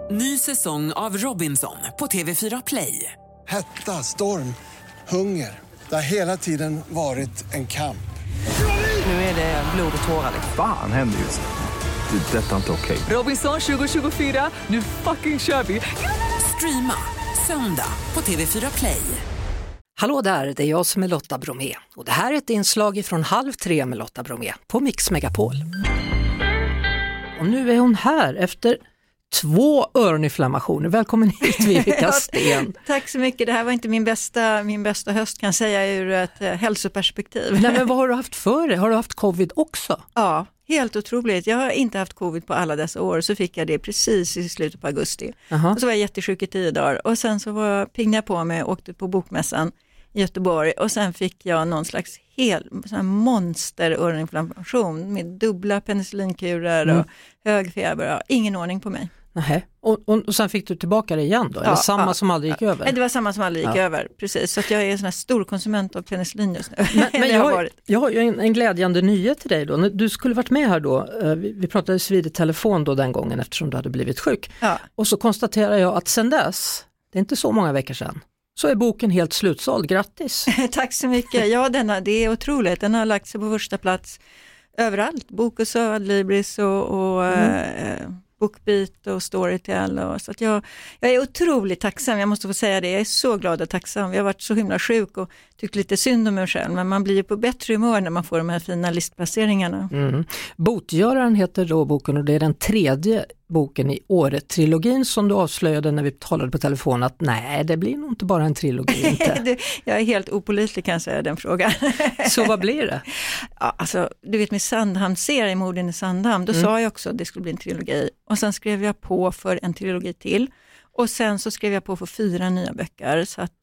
Ny säsong av Robinson på TV4 Play. Hetta, storm, hunger. Det har hela tiden varit en kamp. Nu är det blod och tårar. Fan händer just nu. Det. Detta är inte okej. Robinson 2024, nu fucking kör vi. Streama söndag på TV4 Play. Hallå där, det är jag som är Lotta Bromé och det här är ett inslag från 2:30 med Lotta Bromé på Mix Megapol. Och nu är hon här efter 2 öroninflammationer. Välkommen hit, Vivica Sten. Tack så mycket. Det här var inte min bästa höst, kan jag säga, ur ett hälsoperspektiv. Nej, men vad har du haft för dig? Har du haft covid också? Ja, helt otroligt. Jag har inte haft covid på alla dessa år, så fick jag det precis i slutet på augusti. Och så var jag jättesjuk i 10 dagar och sen så var jag piggnade på mig och åkte på bokmässan i Göteborg och sen fick jag någon slags monsteröroninflammation med dubbla penicillinkurer och hög feber. Ja, ingen ordning på mig. Nej. Och sen fick du tillbaka det igen då? Eller samma som aldrig gick över? Nej, det var samma som aldrig gick över, precis. Så att jag är en sån här stor konsument av penicillin just nu. Men jag har ju en glädjande nyhet till dig då. Du skulle varit med här då. Vi pratades vid i telefon då den gången eftersom du hade blivit sjuk. Ja. Och så konstaterar jag att sen dess, det är inte så många veckor sedan, så är boken helt slutsåld. Grattis! Tack så mycket. Ja, det är otroligt. Den har lagt sig på första plats överallt. Bokusö, Adlibris och Bookbeat och Storytel. Och, så att jag är otroligt tacksam. Jag måste få säga det. Jag är så glad och tacksam. Jag har varit så himla sjuk och tyckt lite synd om mig själv. Men man blir ju på bättre humör när man får de här fina listplaceringarna. Botgöraren heter då boken och det är den 3:e boken i Året-trilogin som du avslöjade när vi talade på telefon att nej, det blir nog inte bara en trilogi. Inte. Jag är helt opålitlig, kan jag säga, den frågan. Så vad blir det? Ja, alltså, du vet med Sandhamn-serien, Morden i Sandhamn, då sa jag också att det skulle bli en trilogi. Och sen skrev jag på för en trilogi till. Och sen så skrev jag på för 4 nya böcker. Så att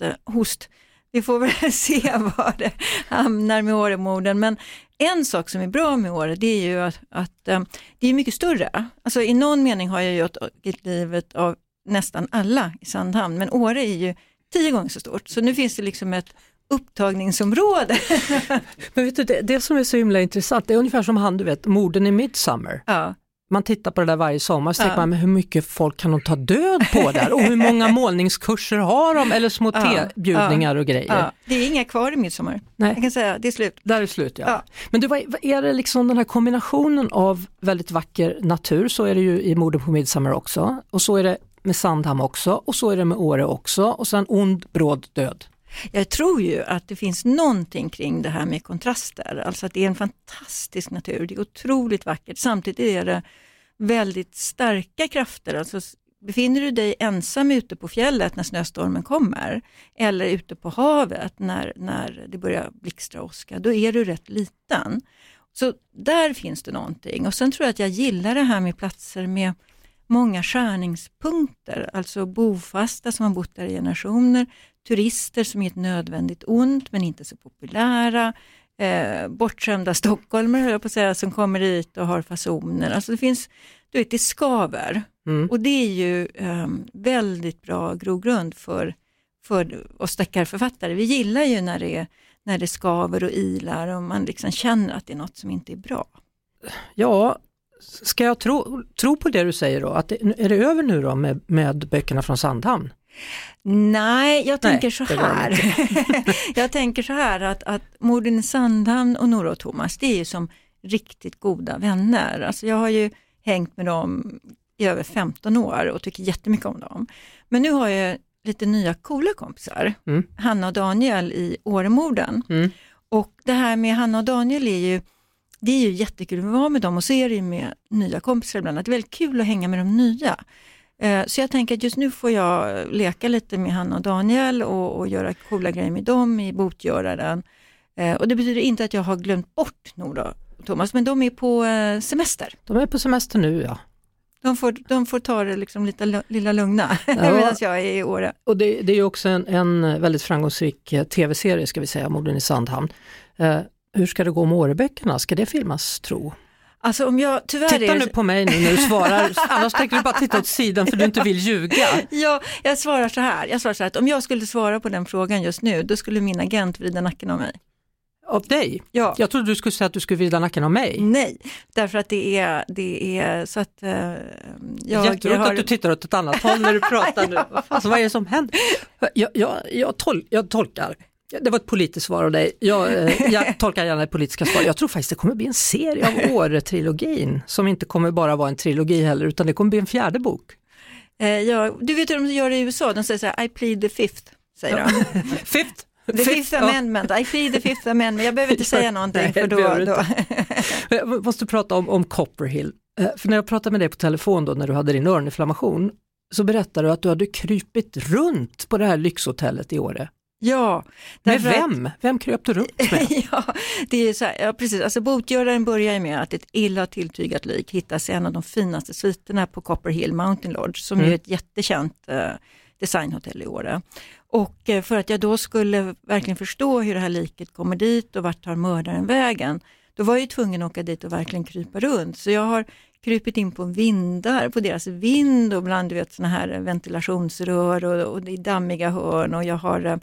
vi får väl se vad det hamnar med Åremorden. Men en sak som är bra med Åre, det är ju att det är mycket större. Alltså i någon mening har jag ju tagit livet av nästan alla i Sandhamn. Men Åre är ju 10 gånger så stort. Så nu finns det liksom ett upptagningsområde. Men vet du, det som är så himla intressant, det är ungefär som han, du vet, Morden i Midsommar. Ja. Man tittar på det där varje sommar så tänker man, men hur mycket folk kan de ta död på där? Och hur många målningskurser har de? Eller små tebjudningar och grejer. Ja. Det är inga kvar i Midsommar. Nej. Jag kan säga, det är slut. Där är slut, ja. Men du, vad är det liksom den här kombinationen av väldigt vacker natur, så är det ju i Morden på Midsommar också. Och så är det med Sandhamn också. Och så är det med Åre också. Och sen ond, bråd död. Jag tror ju att det finns någonting kring det här med kontraster. Alltså att det är en fantastisk natur. Det är otroligt vackert. Samtidigt är det väldigt starka krafter. Alltså befinner du dig ensam ute på fjället när snöstormen kommer eller ute på havet när det börjar blixtra och åska, då är du rätt liten. Så där finns det någonting. Och sen tror jag att jag gillar det här med platser med många skärningspunkter. Alltså bofasta som har bott där i generationer. Turister som är ett nödvändigt ont men inte så populära. Bortskämda stockholmare, höll jag på att säga, som kommer hit och har fasoner. Alltså det finns, du vet, det skaver. Och det är ju väldigt bra grogrund för oss stackarförfattare. Vi gillar ju när det skaver och ilar och man liksom känner att det är något som inte är bra. Ja, ska jag tro på det du säger då? Att är det över nu då med böckerna från Sandhamn? Nej, jag tänker så här. Jag tänker så här att Morden i Sandhamn och Nora och Thomas, det är ju som riktigt goda vänner. Alltså jag har ju hängt med dem i över 15 år och tycker jättemycket om dem. Men nu har jag lite nya coola kompisar. Hanna och Daniel i Åremorden. Och det här med Hanna och Daniel det är ju jättekul att vara med dem och så är det ju med nya kompisar ibland. Det är väldigt kul att hänga med de nya. Så jag tänker att just nu får jag leka lite med Hanna och Daniel och göra coola grejer med dem i Botgöraren. Och det betyder inte att jag har glömt bort Nora och Thomas, men de är på semester. De är på semester nu, ja. De får ta det liksom lilla lugna medan jag är i Åre. Och det är ju också en väldigt framgångsrik tv-serie, ska vi säga, Morden i Sandhamn. Hur ska det gå med Åreböckerna? Ska det filmas, tro? Alltså om jag tyvärr titta nu på mig nu när du svarar. Annars tänker du bara titta åt sidan för du inte vill ljuga. Ja, jag svarar så här att om jag skulle svara på den frågan just nu, då skulle min agent vrida nacken av mig. Av dig? Ja. Jag trodde du skulle säga att du skulle vrida nacken av mig. Nej, därför att det är så att Jätteroligt att du tittar åt ett annat håll när du pratar nu. Alltså, vad är det som händer? Jag tolkar. Det var ett politiskt svar av dig. Jag tolkar gärna ett politiska svar. Jag tror faktiskt det kommer bli en serie av Åre-trilogin som inte kommer bara vara en trilogi heller, utan det kommer bli en 4:e bok. Du vet hur de gör det i USA. De säger så här, I plead the fifth, säger de. The fifth amendment. I plead the fifth amendment. Jag behöver inte säga någonting. För då. Jag måste prata om Copperhill. För när jag pratade med dig på telefon då, när du hade din öroninflammation, så berättade du att du hade krypit runt på det här lyxhotellet i Åre. Ja. Med vem? Vem kröp du runt med? Ja, det är så här, ja, precis. Alltså, botgöraren börjar med att ett illa tilltygat lik hittas i en av de finaste sviterna på Copperhill Mountain Lodge, som är ett jättekänt designhotell i Åre. Och för att jag då skulle verkligen förstå hur det här liket kommer dit och vart tar mördaren vägen, då var jag ju tvungen att åka dit och verkligen krypa runt. Så jag har krypit in på vindar, på deras vind, och bland såna här ventilationsrör och i dammiga hörn, och jag har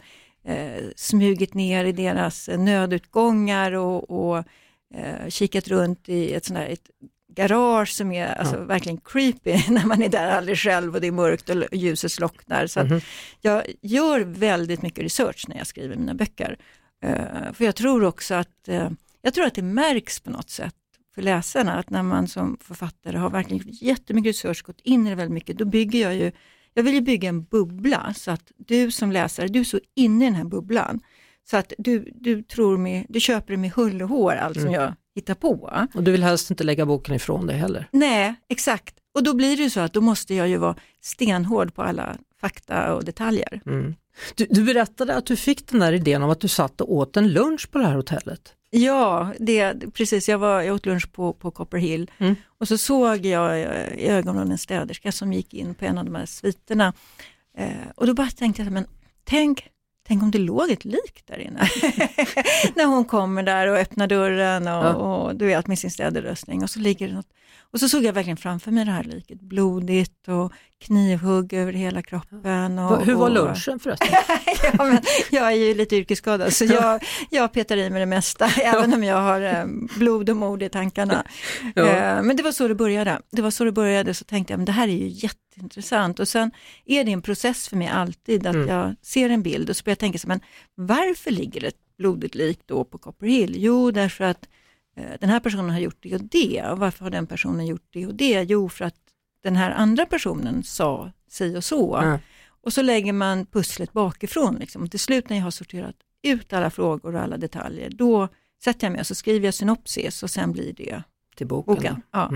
smugit ner i deras nödutgångar och kikat runt i ett garage som är alltså verkligen creepy när man är där alldeles själv och det är mörkt och ljuset slocknar. Så att jag gör väldigt mycket research när jag skriver mina böcker. För jag tror också att det märks på något sätt för läsarna att när man som författare har verkligen jättemycket research, gått in i det väldigt mycket, då bygger jag vill ju bygga en bubbla så att du som läsare, du är så inne i den här bubblan så att du köper det med hull och hår, allt som jag hittar på. Och du vill helst inte lägga boken ifrån dig heller. Nej, exakt. Och då blir det ju så att då måste jag ju vara stenhård på alla fakta och detaljer. Mm. Du berättade att du fick den där idén om att du satt och åt en lunch på det här hotellet. Ja, precis. Jag åt lunch på Copperhill och så såg jag i ögonen en städerska som gick in på en av de här sviterna. Och då bara tänkte jag, men tänk om det låg ett lik där inne. När hon kommer där och öppnar dörren och du vet med sin städerröstning, och så ligger det något. Och så såg jag verkligen framför mig det här liket, blodigt och knivhugg över hela kroppen. Hur var lunchen förresten? Ja, men jag är ju lite yrkesskadad så jag petar i mig det mesta, även om jag har blod och mod i tankarna. Men det var så det började. Så tänkte jag, men det här är ju jätteintressant. Och sen är det en process för mig alltid att jag ser en bild och så börjar jag tänka så, men varför ligger det ett blodigt lik då på Copperhill? Jo, därför att den här personen har gjort det och det. Och varför har den personen gjort det och det? Jo, för att den här andra personen sa si och så. Och så lägger man pusslet bakifrån. Liksom. Och till slut när jag har sorterat ut alla frågor och alla detaljer, då sätter jag mig och så skriver jag synopsis och sen blir det till boken. Ja.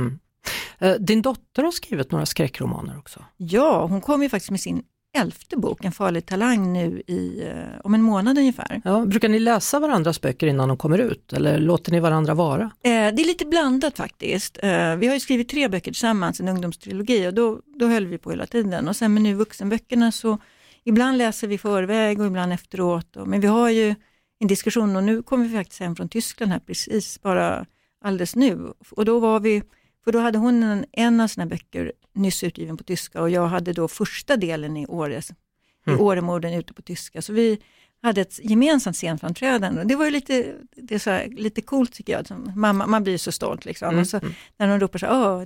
Din dotter har skrivit några skräckromaner också. Ja, hon kom ju faktiskt med sin 11:e bok, En farlig talang, nu om en månad ungefär. Ja, brukar ni läsa varandras böcker innan de kommer ut? Eller låter ni varandra vara? Det är lite blandat faktiskt. Vi har ju skrivit 3 böcker tillsammans, en ungdomstrilogi, och då höll vi på hela tiden. Och sen med nu vuxenböckerna så ibland läser vi förväg och ibland efteråt. Men vi har ju en diskussion, och nu kommer vi faktiskt hem från Tyskland här precis bara alldeles nu. Och då hade hon en av sina böcker nyss utgiven på tyska, och jag hade då första delen i Åremorden ute på tyska. Så vi hade ett gemensamt scenframträdande, och det var ju lite coolt tycker jag. Mamma, man blir så stolt liksom. Och så, när de ropar så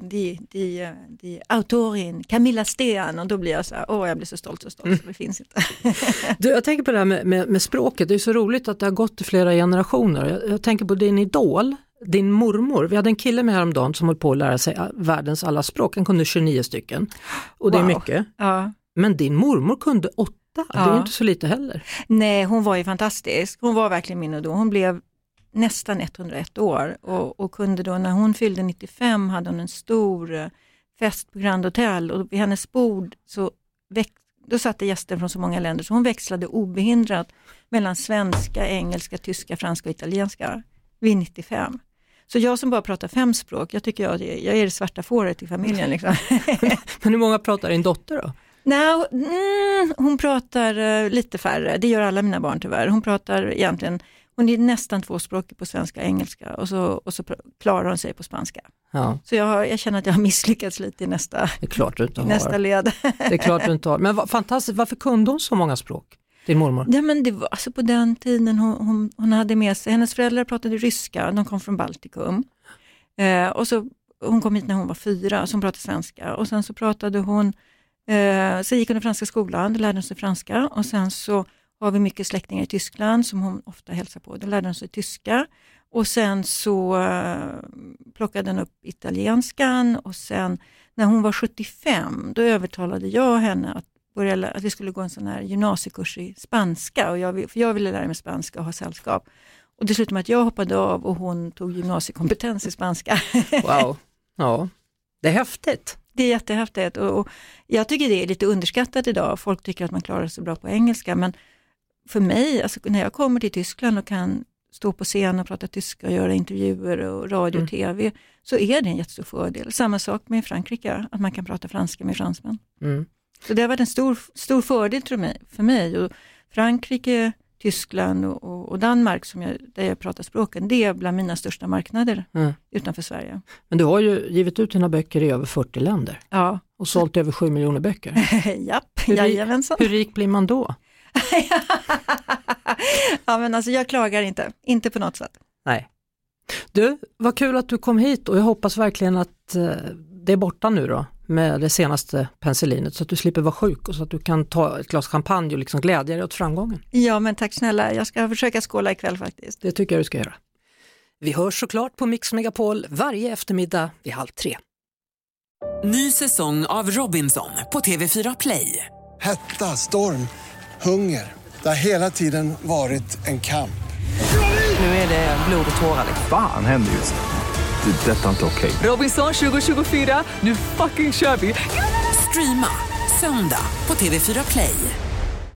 de autorin Camilla Sten, och då blir jag så här, jag blir så stolt så det finns inte. Jag tänker på det här med språket. Det är så roligt att det har gått i flera generationer. Jag tänker på din idol, din mormor. Vi hade en kille med häromdagen som höll på att lära sig världens alla språk. Han kunde 29 stycken. Och det är mycket. Ja. Men din mormor kunde 8. Ja. Det är inte så lite heller. Nej, hon var ju fantastisk. Hon var verkligen min idol. Hon blev nästan 101 år. Och kunde då, när hon fyllde 95, hade hon en stor fest på Grand Hotel. Och vid hennes bord då satt det gäster från så många länder. Så hon växlade obehindrat mellan svenska, engelska, tyska, franska och italienska vid 95. Så jag som bara pratar 5 språk, jag tycker jag är det svarta fåret i familjen. Liksom. Men hur många pratar din dotter då? Nej, hon pratar lite färre. Det gör alla mina barn tyvärr. Hon är nästan 2 språk på svenska och engelska. Och så klarar hon sig på spanska. Ja. Så jag känner att jag har misslyckats lite i nästa led. Det är klart du inte har. Men fantastiskt, varför kunde hon så många språk? din mormor? Ja, men det var alltså på den tiden hon hade med sig, hennes föräldrar pratade ryska, de kom från Baltikum. Och så hon kom hit när hon var 4, så hon pratade svenska. Och sen så pratade hon, så gick hon i franska skolan, då lärde hon sig franska. Och sen så har vi mycket släktingar i Tyskland som hon ofta hälsar på, då lärde hon sig tyska. Och sen så plockade hon upp italienskan, och sen när hon var 75, då övertalade jag henne att vi skulle gå en sån här gymnasiekurs i spanska, och jag ville lära mig spanska och ha sällskap. Och det slutade med att jag hoppade av och hon tog gymnasiekompetens i spanska. Wow, ja, det är häftigt. Det är jättehäftigt, och jag tycker det är lite underskattat idag. Folk tycker att man klarar sig bra på engelska, men för mig, alltså, när jag kommer till Tyskland och kan stå på scen och prata tyska och göra intervjuer och radio och tv, så är det en jättestor fördel. Samma sak med Frankrike, att man kan prata franska med fransmän. Så det har varit en stor fördel för mig. Och Frankrike, Tyskland och Danmark, där jag pratar språken, det är bland mina största marknader utanför Sverige. Men du har ju givit ut dina böcker i över 40 länder. Ja. Och sålt över 7 miljoner böcker. Japp, jajamensan. Hur rik blir man då? Ja, men alltså jag klagar inte på något sätt. Nej. Du, vad kul att du kom hit, och jag hoppas verkligen att det är borta nu då med det senaste penicillinet, så att du slipper vara sjuk och så att du kan ta ett glas champagne och liksom glädja dig åt framgången. Ja, men tack snälla. Jag ska försöka skåla ikväll faktiskt. Det tycker jag du ska göra. Vi hörs såklart på Mix Megapol varje eftermiddag vid 14:30. Ny säsong av Robinson på TV4 Play. Hetta, storm, hunger. Det har hela tiden varit en kamp. Nu är det blod och tårar. Fan händer just det. Det är detta inte okej. Robinson 2024, nu fucking kör vi. Streama söndag på TV4 Play.